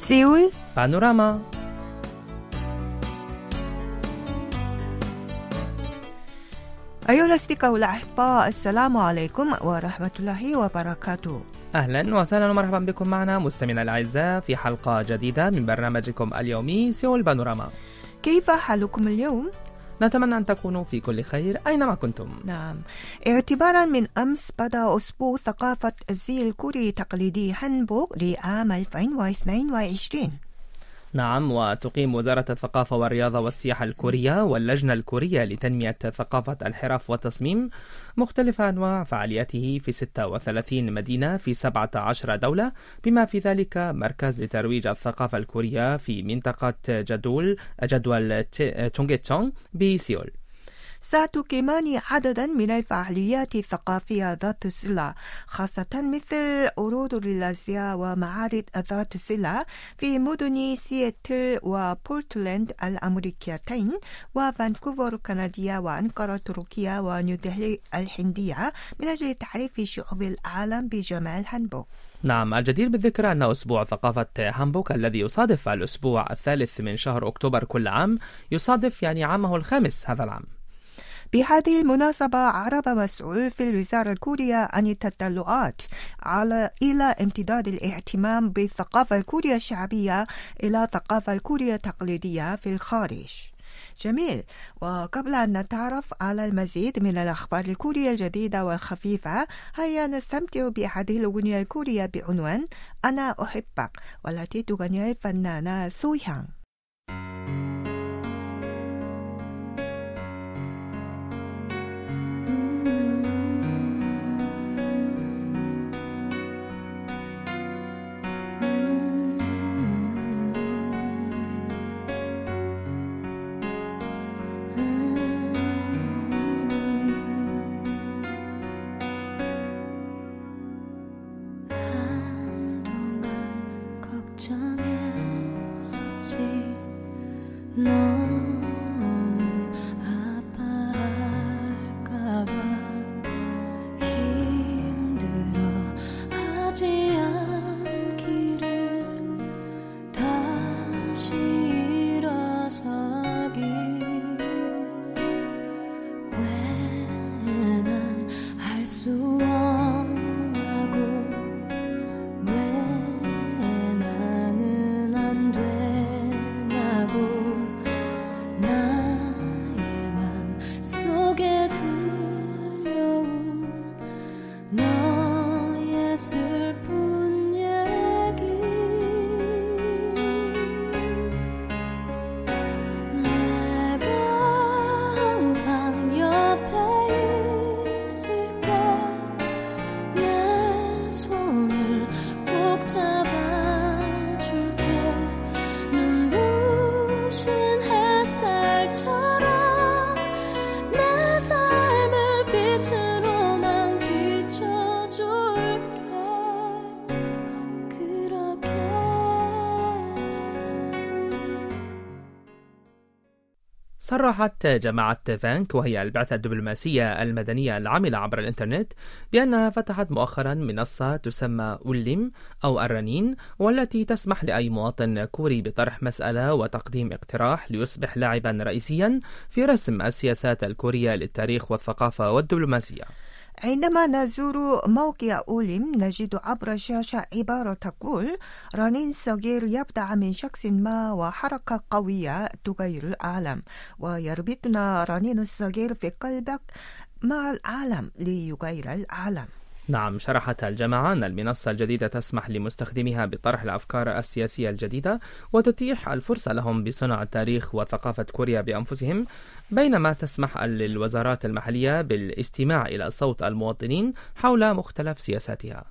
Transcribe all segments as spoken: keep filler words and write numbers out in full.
سيول بانوراما. أيها الأصدقاء الأحباء، السلام عليكم ورحمة الله وبركاته. أهلا وسهلا ومرحبا بكم معنا مستمعينا الأعزاء في حلقة جديدة من برنامجكم اليومي سيول بانوراما. كيف حالكم اليوم؟ نتمنى أن تكونوا في كل خير أينما كنتم. نعم، اعتبارا من أمس بدأ أسبوع ثقافة الزي الكوري التقليدي هانبوك لعام ألفين واثنين وعشرين. نعم، وتقيم وزارة الثقافة والرياضة والسياحة الكورية واللجنة الكورية لتنمية ثقافة الحرف والتصميم مختلف أنواع فعالياته في ستة وثلاثين مدينة في سبعة عشر دولة، بما في ذلك مركز لترويج الثقافة الكورية في منطقة جدول جدول تونغيتشونغ بسيول. ستقيمان عددا من الفعاليات الثقافية ذات صلة، خاصة مثل عروض للأزياء ومعارض ذات صلة في مدن سياتل وبورتلاند الأمريكيتين وفانكوفر كندية وأنقرة تركيا ونيودلهي الهندية من أجل تعريف شعوب العالم بجمال هانبوك. نعم، الجدير بالذكر أن أسبوع ثقافة هانبوك الذي يصادف الأسبوع الثالث من شهر أكتوبر كل عام يصادف يعني عامه الخامس هذا العام. بهذه المناسبة عرب مسؤول في الوزارة الكورية عن التطلعات على إلى امتداد الاهتمام بالثقافة الكورية الشعبية إلى الثقافة الكورية التقليدية في الخارج. جميل، وقبل أن نتعرف على المزيد من الأخبار الكورية الجديدة والخفيفة، هيا نستمتع بهذه الأغنية الكورية بعنوان أنا أحبك، والتي تغنيها الفنانة سوهيang. صرحت جماعة فانك وهي البعثة الدبلوماسية المدنية العاملة عبر الإنترنت بأنها فتحت مؤخرا منصة تسمى أوليم أو الرنين، والتي تسمح لأي مواطن كوري بطرح مسألة وتقديم اقتراح ليصبح لاعبا رئيسيا في رسم السياسات الكورية للتاريخ والثقافة والدبلوماسية. عندما نزور موقع أوليم نجد عبر الشاشة عبارة تقول: رنين صغير يبدأ من شخص ما وحركة قوية تغير العالم، ويربطنا رنين الصغير في قلبك مع العالم ليغير العالم. نعم، شرحت الجماعة أن المنصة الجديدة تسمح لمستخدميها بطرح الأفكار السياسية الجديدة وتتيح الفرصة لهم بصنع التاريخ وثقافة كوريا بأنفسهم، بينما تسمح للوزارات المحلية بالاستماع إلى صوت المواطنين حول مختلف سياساتها.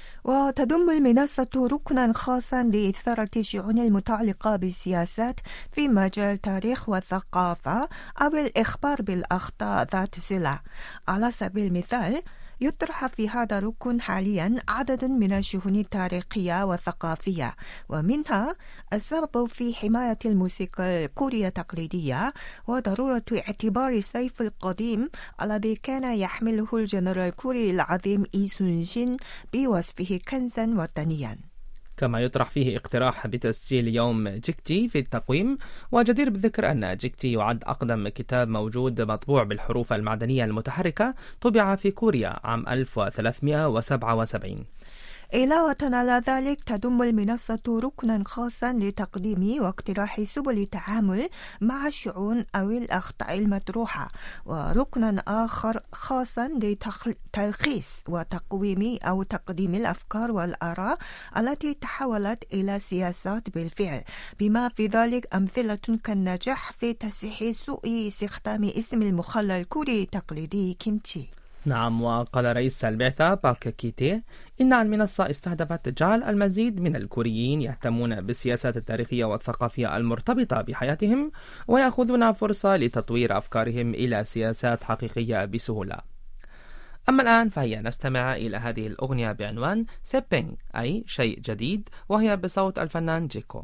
وتضم المنصة ركنا خاصا لإثارة الشؤون المتعلقة بالسياسات في مجال التاريخ والثقافة أو الإخبار بالأخطاء ذات صلة. على سبيل المثال، يطرح في هذا الركن حاليا عدد من الشؤون التاريخية والثقافية، ومنها السبب في حماية الموسيقى الكورية التقليدية وضرورة اعتبار السيف القديم الذي كان يحمله الجنرال الكوري العظيم إي سون شين بوصفه كنزا وطنيا. كما يطرح فيه اقتراح بتسجيل يوم جيكتي في التقويم. وجدير بالذكر أن جيكتي يعد أقدم كتاب موجود مطبوع بالحروف المعدنية المتحركة طبع في كوريا عام ألف وثلاثمائة وسبعة وسبعين. علاوة على ذلك تضم المنصة ركنا خاصا لتقديم واقتراح سبل التعامل مع الشؤون أو الأخطاء المطروحة، وركنا آخر خاصا لتلخيص وتقويم أو تقديم الأفكار والآراء التي تحولت إلى سياسات بالفعل، بما في ذلك أمثلة كالنجاح في تصحيح سوء استخدام اسم المخلل الكوري التقليدي كيمتشي. نعم، وقال رئيس البعثة باك كيتي إن المنصة استهدفت جعل المزيد من الكوريين يهتمون بالسياسات التاريخية والثقافية المرتبطة بحياتهم ويأخذون فرصة لتطوير أفكارهم إلى سياسات حقيقية بسهولة. أما الآن فهي نستمع إلى هذه الأغنية بعنوان سيبينغ أي شيء جديد، وهي بصوت الفنان جيكو.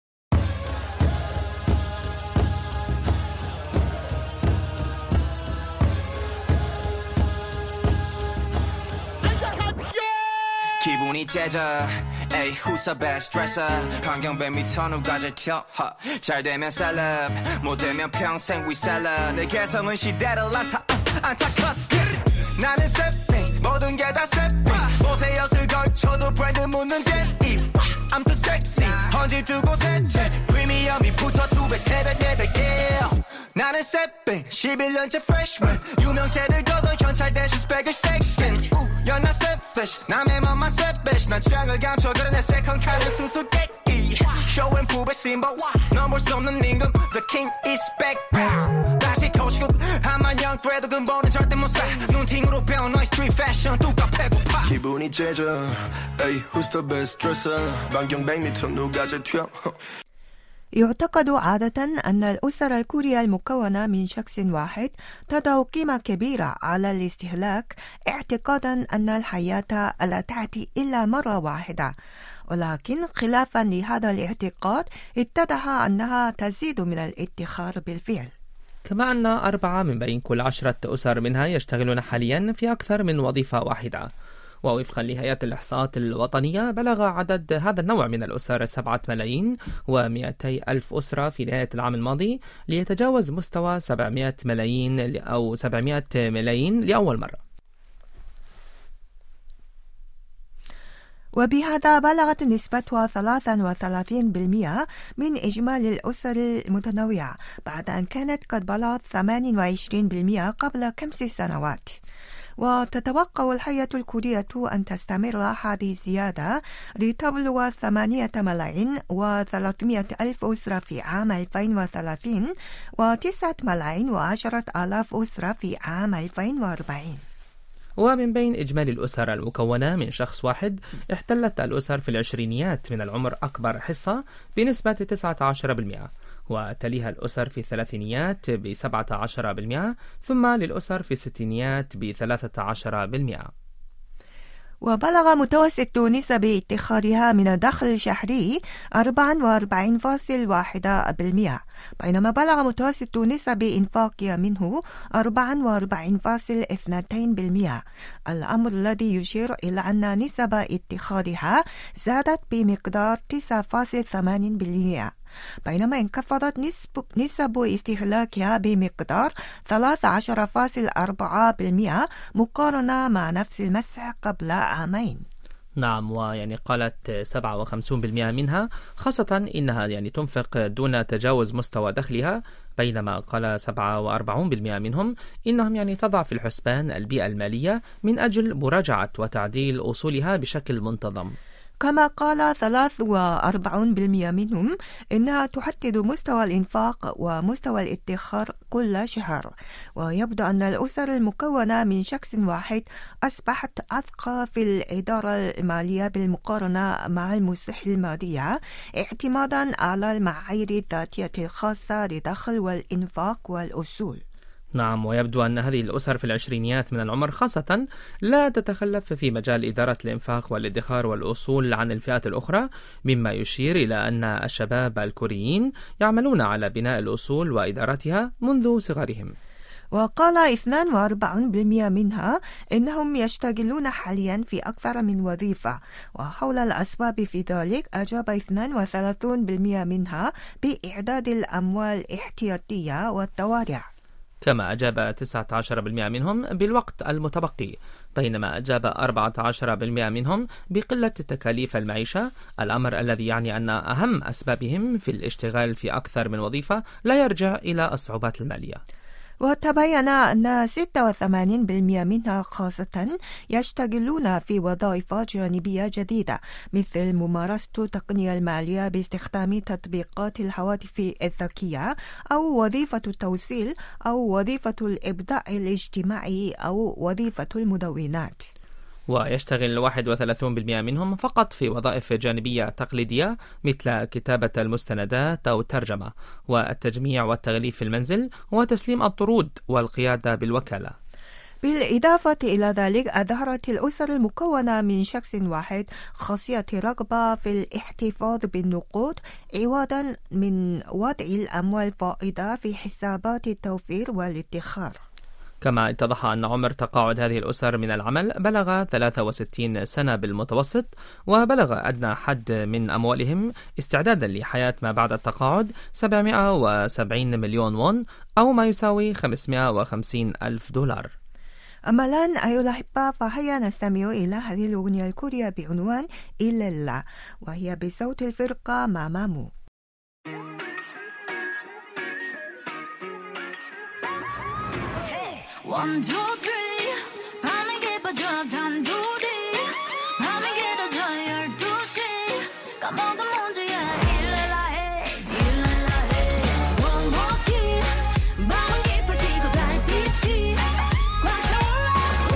기분이 째져 에이 who's the best dresser 환경 백 미터 누가 제일 튀어 잘 되면 셀럽 못 되면 평생 reseller 내 개성은 시대를 안타 안타커스 나는 세핑 모든 게 다 세핑 옷에 엿을 걸쳐도 브랜드 묻는 데이 I'm too sexy 헌집 두 곳에 프리미엄이 붙어 두 배 세 배 네 배 yeah 나는 세핑 십일 년째 freshman 유명세를 거둔 현찰 대신 스펙을 스택신 You're not selfish 남의 맘만 selfish 난 취향을 감춰 그래 내 세컨카는 수수께끼 쇼앤 푸베 심보 넌 볼 수 없는 임금 The king is back 다시 코시국 한만영 그래도 근본은 절대 못사 눈팅으로 배운 너의 스트리트 패션 뚜까 배고파 기분이 째져 에이 who's the best dresser 반경 백 미터 누가 제일 튀어 يعتقد عادة أن الأسرة الكورية المكونة من شخص واحد تضع قيمة كبيرة على الاستهلاك اعتقادا أن الحياة لا تأتي إلا مرة واحدة، ولكن خلافا لهذا الاعتقاد اتضح أنها تزيد من الادخار بالفعل. كما أن أربعة من بين كل عشرة أسر منها يشتغلون حاليا في أكثر من وظيفة واحدة. ووفقا لهيئة الإحصاءات الوطنية بلغ عدد هذا النوع من الأسر سبعة ملايين ومئتي ألف أسرة في نهاية العام الماضي، ليتجاوز مستوى سبعمائة ملايين أو سبعمائة ملايين لأول مرة. وبهذا بلغت نسبتها ثلاثة وثلاثين بالمئة من إجمالي الأسر المتنوعة، بعد أن كانت قد بلغت ثمانية وعشرين بالمئة قبل خمس سنوات. وتتوقع الهيئة الكورية أن تستمر هذه الزيادة لتبلغ ثمانية ملايين وثلاثمائة ألف أسرة في عام ألفين وثلاثين وتسعة ملايين وعشرة آلاف أسرة في عام ألفين وأربعين. ومن بين إجمالي الأسر المكونة من شخص واحد احتلت الأسر في العشرينيات من العمر أكبر حصة بنسبة تسعة عشر بالمئة، وتليها الأسر في الثلاثينيات ب سبعة عشر بالمئة، ثم للأسر في الستينيات ب ثلاثة عشر بالمئة. وبلغ متوسط نسب ادخارها من الدخل الشهري أربعة وأربعين فاصلة واحد بالمئة، بينما بلغ متوسط نسب إنفاقها منه أربعة وأربعين فاصلة اثنين بالمئة، الأمر الذي يشير إلى أن نسب ادخارها زادت بمقدار تسعة فاصلة ثمانية بالمئة، بينما انخفضت نسب, نسب استهلاكها بمقدار ثلاثة عشر فاصلة أربعة بالمئة مقارنة مع نفس المسح قبل عامين. نعم، ويعني قالت سبعة وخمسين بالمئة منها خاصة إنها يعني تنفق دون تجاوز مستوى دخلها، بينما قال سبعة وأربعين بالمئة منهم إنهم يعني تضع في الحسبان البيئة المالية من أجل مراجعة وتعديل أصولها بشكل منتظم. كما قال ثلاثة وأربعين بالمئة منهم إنها تحدد مستوى الإنفاق ومستوى الادخار كل شهر. ويبدو أن الأسر المكونة من شخص واحد أصبحت أذكى في الإدارة المالية بالمقارنة مع المصلحة المالية، اعتمادا على المعايير الذاتية الخاصة للدخل والإنفاق والأصول. نعم، ويبدو أن هذه الأسر في العشرينيات من العمر خاصة لا تتخلف في مجال إدارة الإنفاق والادخار والأصول عن الفئات الأخرى، مما يشير إلى أن الشباب الكوريين يعملون على بناء الأصول وإدارتها منذ صغرهم. وقال اثنين وأربعين بالمئة منها إنهم يشتغلون حاليا في أكثر من وظيفة، وحول الأسباب في ذلك أجاب اثنين وثلاثين بالمئة منها بإعداد الأموال الاحتياطية والطوارئ، كما أجاب تسعة عشر بالمئة منهم بالوقت المتبقي، بينما أجاب أربعة عشر بالمئة منهم بقلة تكاليف المعيشة، الأمر الذي يعني أن أهم أسبابهم في الاشتغال في أكثر من وظيفة لا يرجع إلى الصعوبات المالية. وتبين أن ستة وثمانين بالمئة منها خاصة يشتغلون في وظائف جانبية جديدة، مثل ممارسة التقنية المالية باستخدام تطبيقات الهواتف الذكية، أو وظيفة التوصيل، أو وظيفة الإبداع الاجتماعي، أو وظيفة المدونات. ويشتغل واحد وثلاثين بالمئة منهم فقط في وظائف جانبية تقليدية مثل كتابة المستندات أو الترجمة والتجميع والتغليف في المنزل وتسليم الطرود والقيادة بالوكالة. بالإضافة إلى ذلك أظهرت الأسر المكونة من شخص واحد خاصية رغبة في الاحتفاظ بالنقود عوضا من وضع الأموال الفائضة في حسابات التوفير والادخار. كما اتضح أن عمر تقاعد هذه الأسر من العمل بلغ ثلاثة وستين سنة بالمتوسط، وبلغ أدنى حد من أموالهم استعدادا لحياة ما بعد التقاعد سبعمئة وسبعين مليون وون، أو ما يساوي خمسمئة وخمسين ألف دولار. أما الآن أيها الأحبة، فهيا نستمع إلى هذه الأغنية الكورية بعنوان إللا، وهي بصوت الفرقة مامامو. One, two, three. 밤이 깊어져 단둘이 밤이 길어져 열두 시 까먹은 문제야 일레라 해 일레라 해 One more kiss 밤은 깊어지고 달빛이 꽉 차올라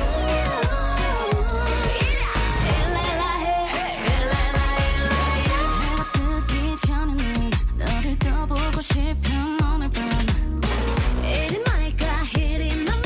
일레라 해 일레라 일레라 해가 뜨기 전에는 너를 떠보고 싶은 오늘 밤 이리 말까 이리 말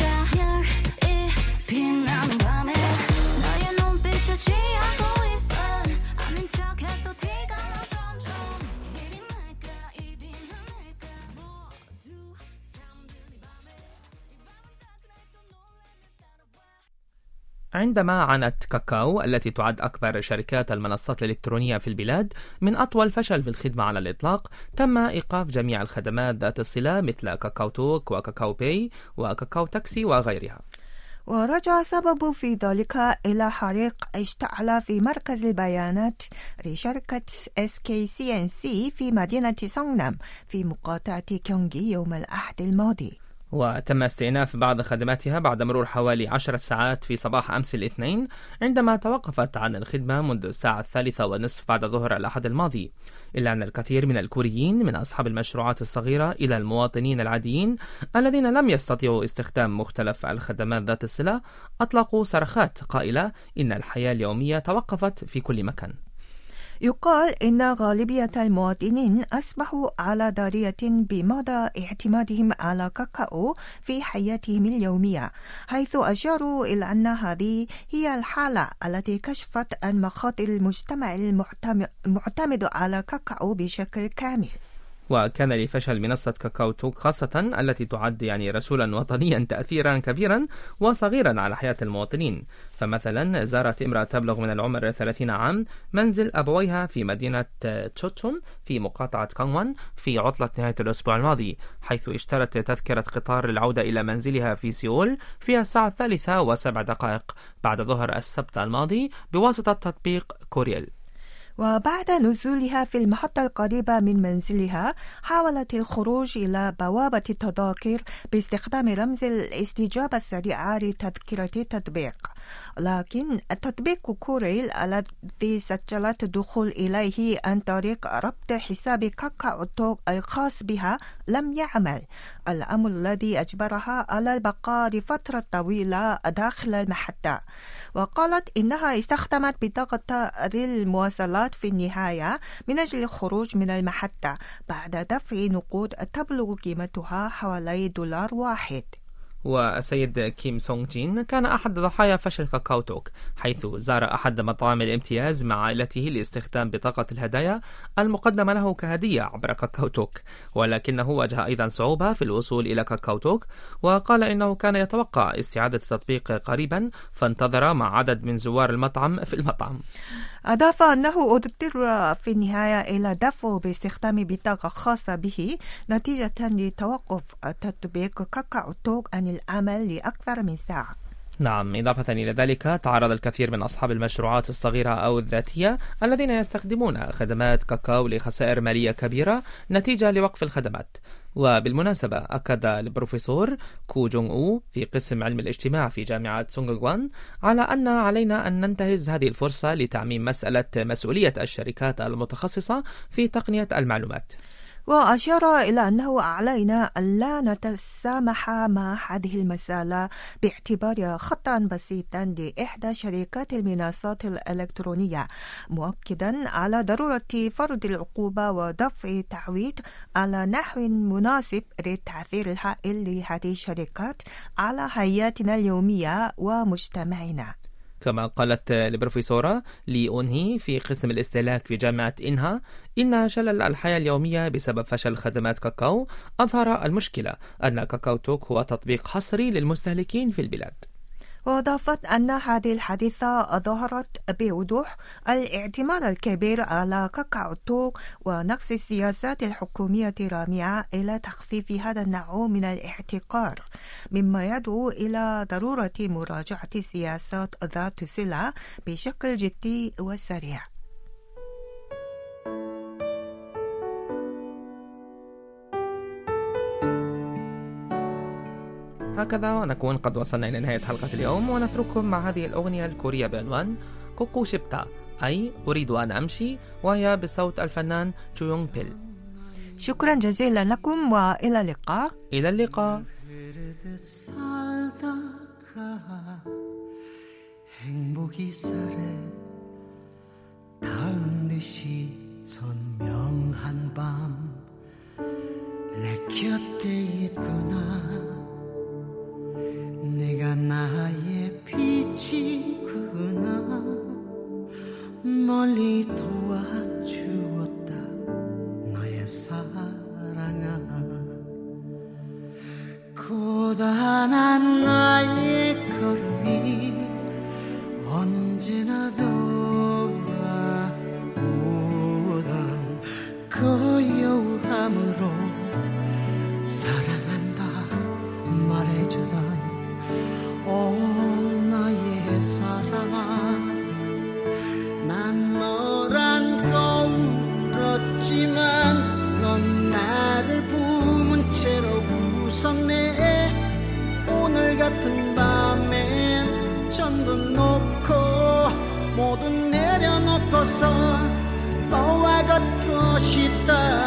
عندما عانت كاكاو التي تعد أكبر شركات المنصات الإلكترونية في البلاد من أطول فشل في الخدمة على الإطلاق، تم إيقاف جميع الخدمات ذات الصلة مثل كاكاو توك وكاكاو باي وكاكاو تاكسي وغيرها. ورجع سبب في ذلك إلى حريق اشتعل في مركز البيانات لشركة إس كي سي إن سي في مدينة سونgnam في مقاطعة كيونغي يوم الأحد الماضي. وتم استئناف بعض خدماتها بعد مرور حوالي عشر ساعات في صباح أمس الاثنين، عندما توقفت عن الخدمة منذ الساعة الثالثة والنصف بعد ظهر الأحد الماضي. إلا أن الكثير من الكوريين من أصحاب المشروعات الصغيرة إلى المواطنين العاديين الذين لم يستطيعوا استخدام مختلف الخدمات ذات الصلة أطلقوا صرخات قائلة إن الحياة اليومية توقفت في كل مكان. يقال إن غالبية المواطنين أصبحوا على دراية بمدى اعتمادهم على كاكاو في حياتهم اليومية، حيث أشاروا إلى أن هذه هي الحالة التي كشفت عن مخاطر المجتمع المعتمد على كاكاو بشكل كامل. وكان لفشل منصة كاكاو توك خاصة التي تعد يعني رسولا وطنيا تأثيرا كبيرا وصغيرا على حياة المواطنين. فمثلا زارت امرأة تبلغ من العمر ثلاثين عام منزل أبويها في مدينة تشوتشون في مقاطعة كانغوان في عطلة نهاية الأسبوع الماضي، حيث اشترت تذكرة قطار للعودة إلى منزلها في سيول في الساعة الثالثة وسبع دقائق بعد ظهر السبت الماضي بواسطة تطبيق كوريل. وبعد نزولها في المحطة القريبة من منزلها حاولت الخروج إلى بوابة التذاكر باستخدام رمز الاستجابة السريعة لتذكرة التطبيق، لكن التطبيق كوريل الذي سجلت الدخول إليه عن طريق ربط حساب كاكاو توك الخاص بها لم يعمل، الأمر الذي أجبرها على البقاء لفترة طويلة داخل المحطة. وقالت إنها استخدمت بطاقة المواصلات في النهاية من أجل الخروج من المحطة بعد دفع نقود تبلغ قيمتها حوالي دولار واحد. والسيد كيم سونغ جين كان أحد ضحايا فشل كاكاو توك، حيث زار أحد مطاعم الامتياز مع عائلته لاستخدام بطاقة الهدايا المقدمة له كهدية عبر كاكاو توك، ولكنه واجه أيضا صعوبة في الوصول إلى كاكاو توك، وقال إنه كان يتوقع استعادة التطبيق قريبا، فانتظر مع عدد من زوار المطعم في المطعم. أضاف أنه اضطر في النهاية إلى دفعه باستخدام بطاقة خاصة به نتيجة لتوقف تطبيق كاكاو توك عن العمل لأكثر من ساعة. نعم، إضافة إلى ذلك تعرض الكثير من أصحاب المشروعات الصغيرة أو الذاتية الذين يستخدمون خدمات كاكاو لخسائر مالية كبيرة نتيجة لوقف الخدمات. وبالمناسبة أكد البروفيسور كو جونغ أو في قسم علم الاجتماع في جامعة سونغغوان على أن علينا أن ننتهز هذه الفرصة لتعميم مسألة مسؤولية الشركات المتخصصة في تقنية المعلومات. وأشار إلى أنه علينا ألا نتسامح مع هذه المسألة باعتبارها خطأ بسيطا لإحدى شركات المنصات الإلكترونية، مؤكدا على ضرورة فرض العقوبة ودفع تعويض على نحو مناسب للتأثير الهائل لهذه الشركات على حياتنا اليومية ومجتمعنا. كما قالت البروفيسورة لي أون هي في قسم الاستهلاك في جامعة إنها إن شلل الحياة اليومية بسبب فشل خدمات كاكاو أظهر المشكلة أن كاكاو توك هو تطبيق حصري للمستهلكين في البلاد. وأضافت أن هذه الحادثة ظهرت بوضوح الاعتماد الكبير على كاكاو توك ونقص السياسات الحكومية الرامعة إلى تخفيف هذا النوع من الاحتكار، مما يدعو إلى ضرورة مراجعة سياسات ذات صلة بشكل جدي وسريع. هكذا ونكون قد وصلنا إلى نهاية حلقة اليوم، ونترككم مع هذه الأغنية الكورية بعنوان كوكو شبتا، أي أريد أن أمشي، وهي بصوت الفنان جويونغ بيل. شكرا جزيلا لكم وإلى اللقاء. إلى اللقاء. 내가 나의 빛이구나 멀리 도와주었다 너의 사랑아 고단한 나의 걸음이 언제나 돌아오던 고요함으로 사랑한다 말해주던 오 나의 사랑아 난 너란 거 울었지만 넌 나를 품은 채로 웃었네 오늘 같은 밤엔 전부 놓고 모두 내려놓고서 너와 걷고 싶다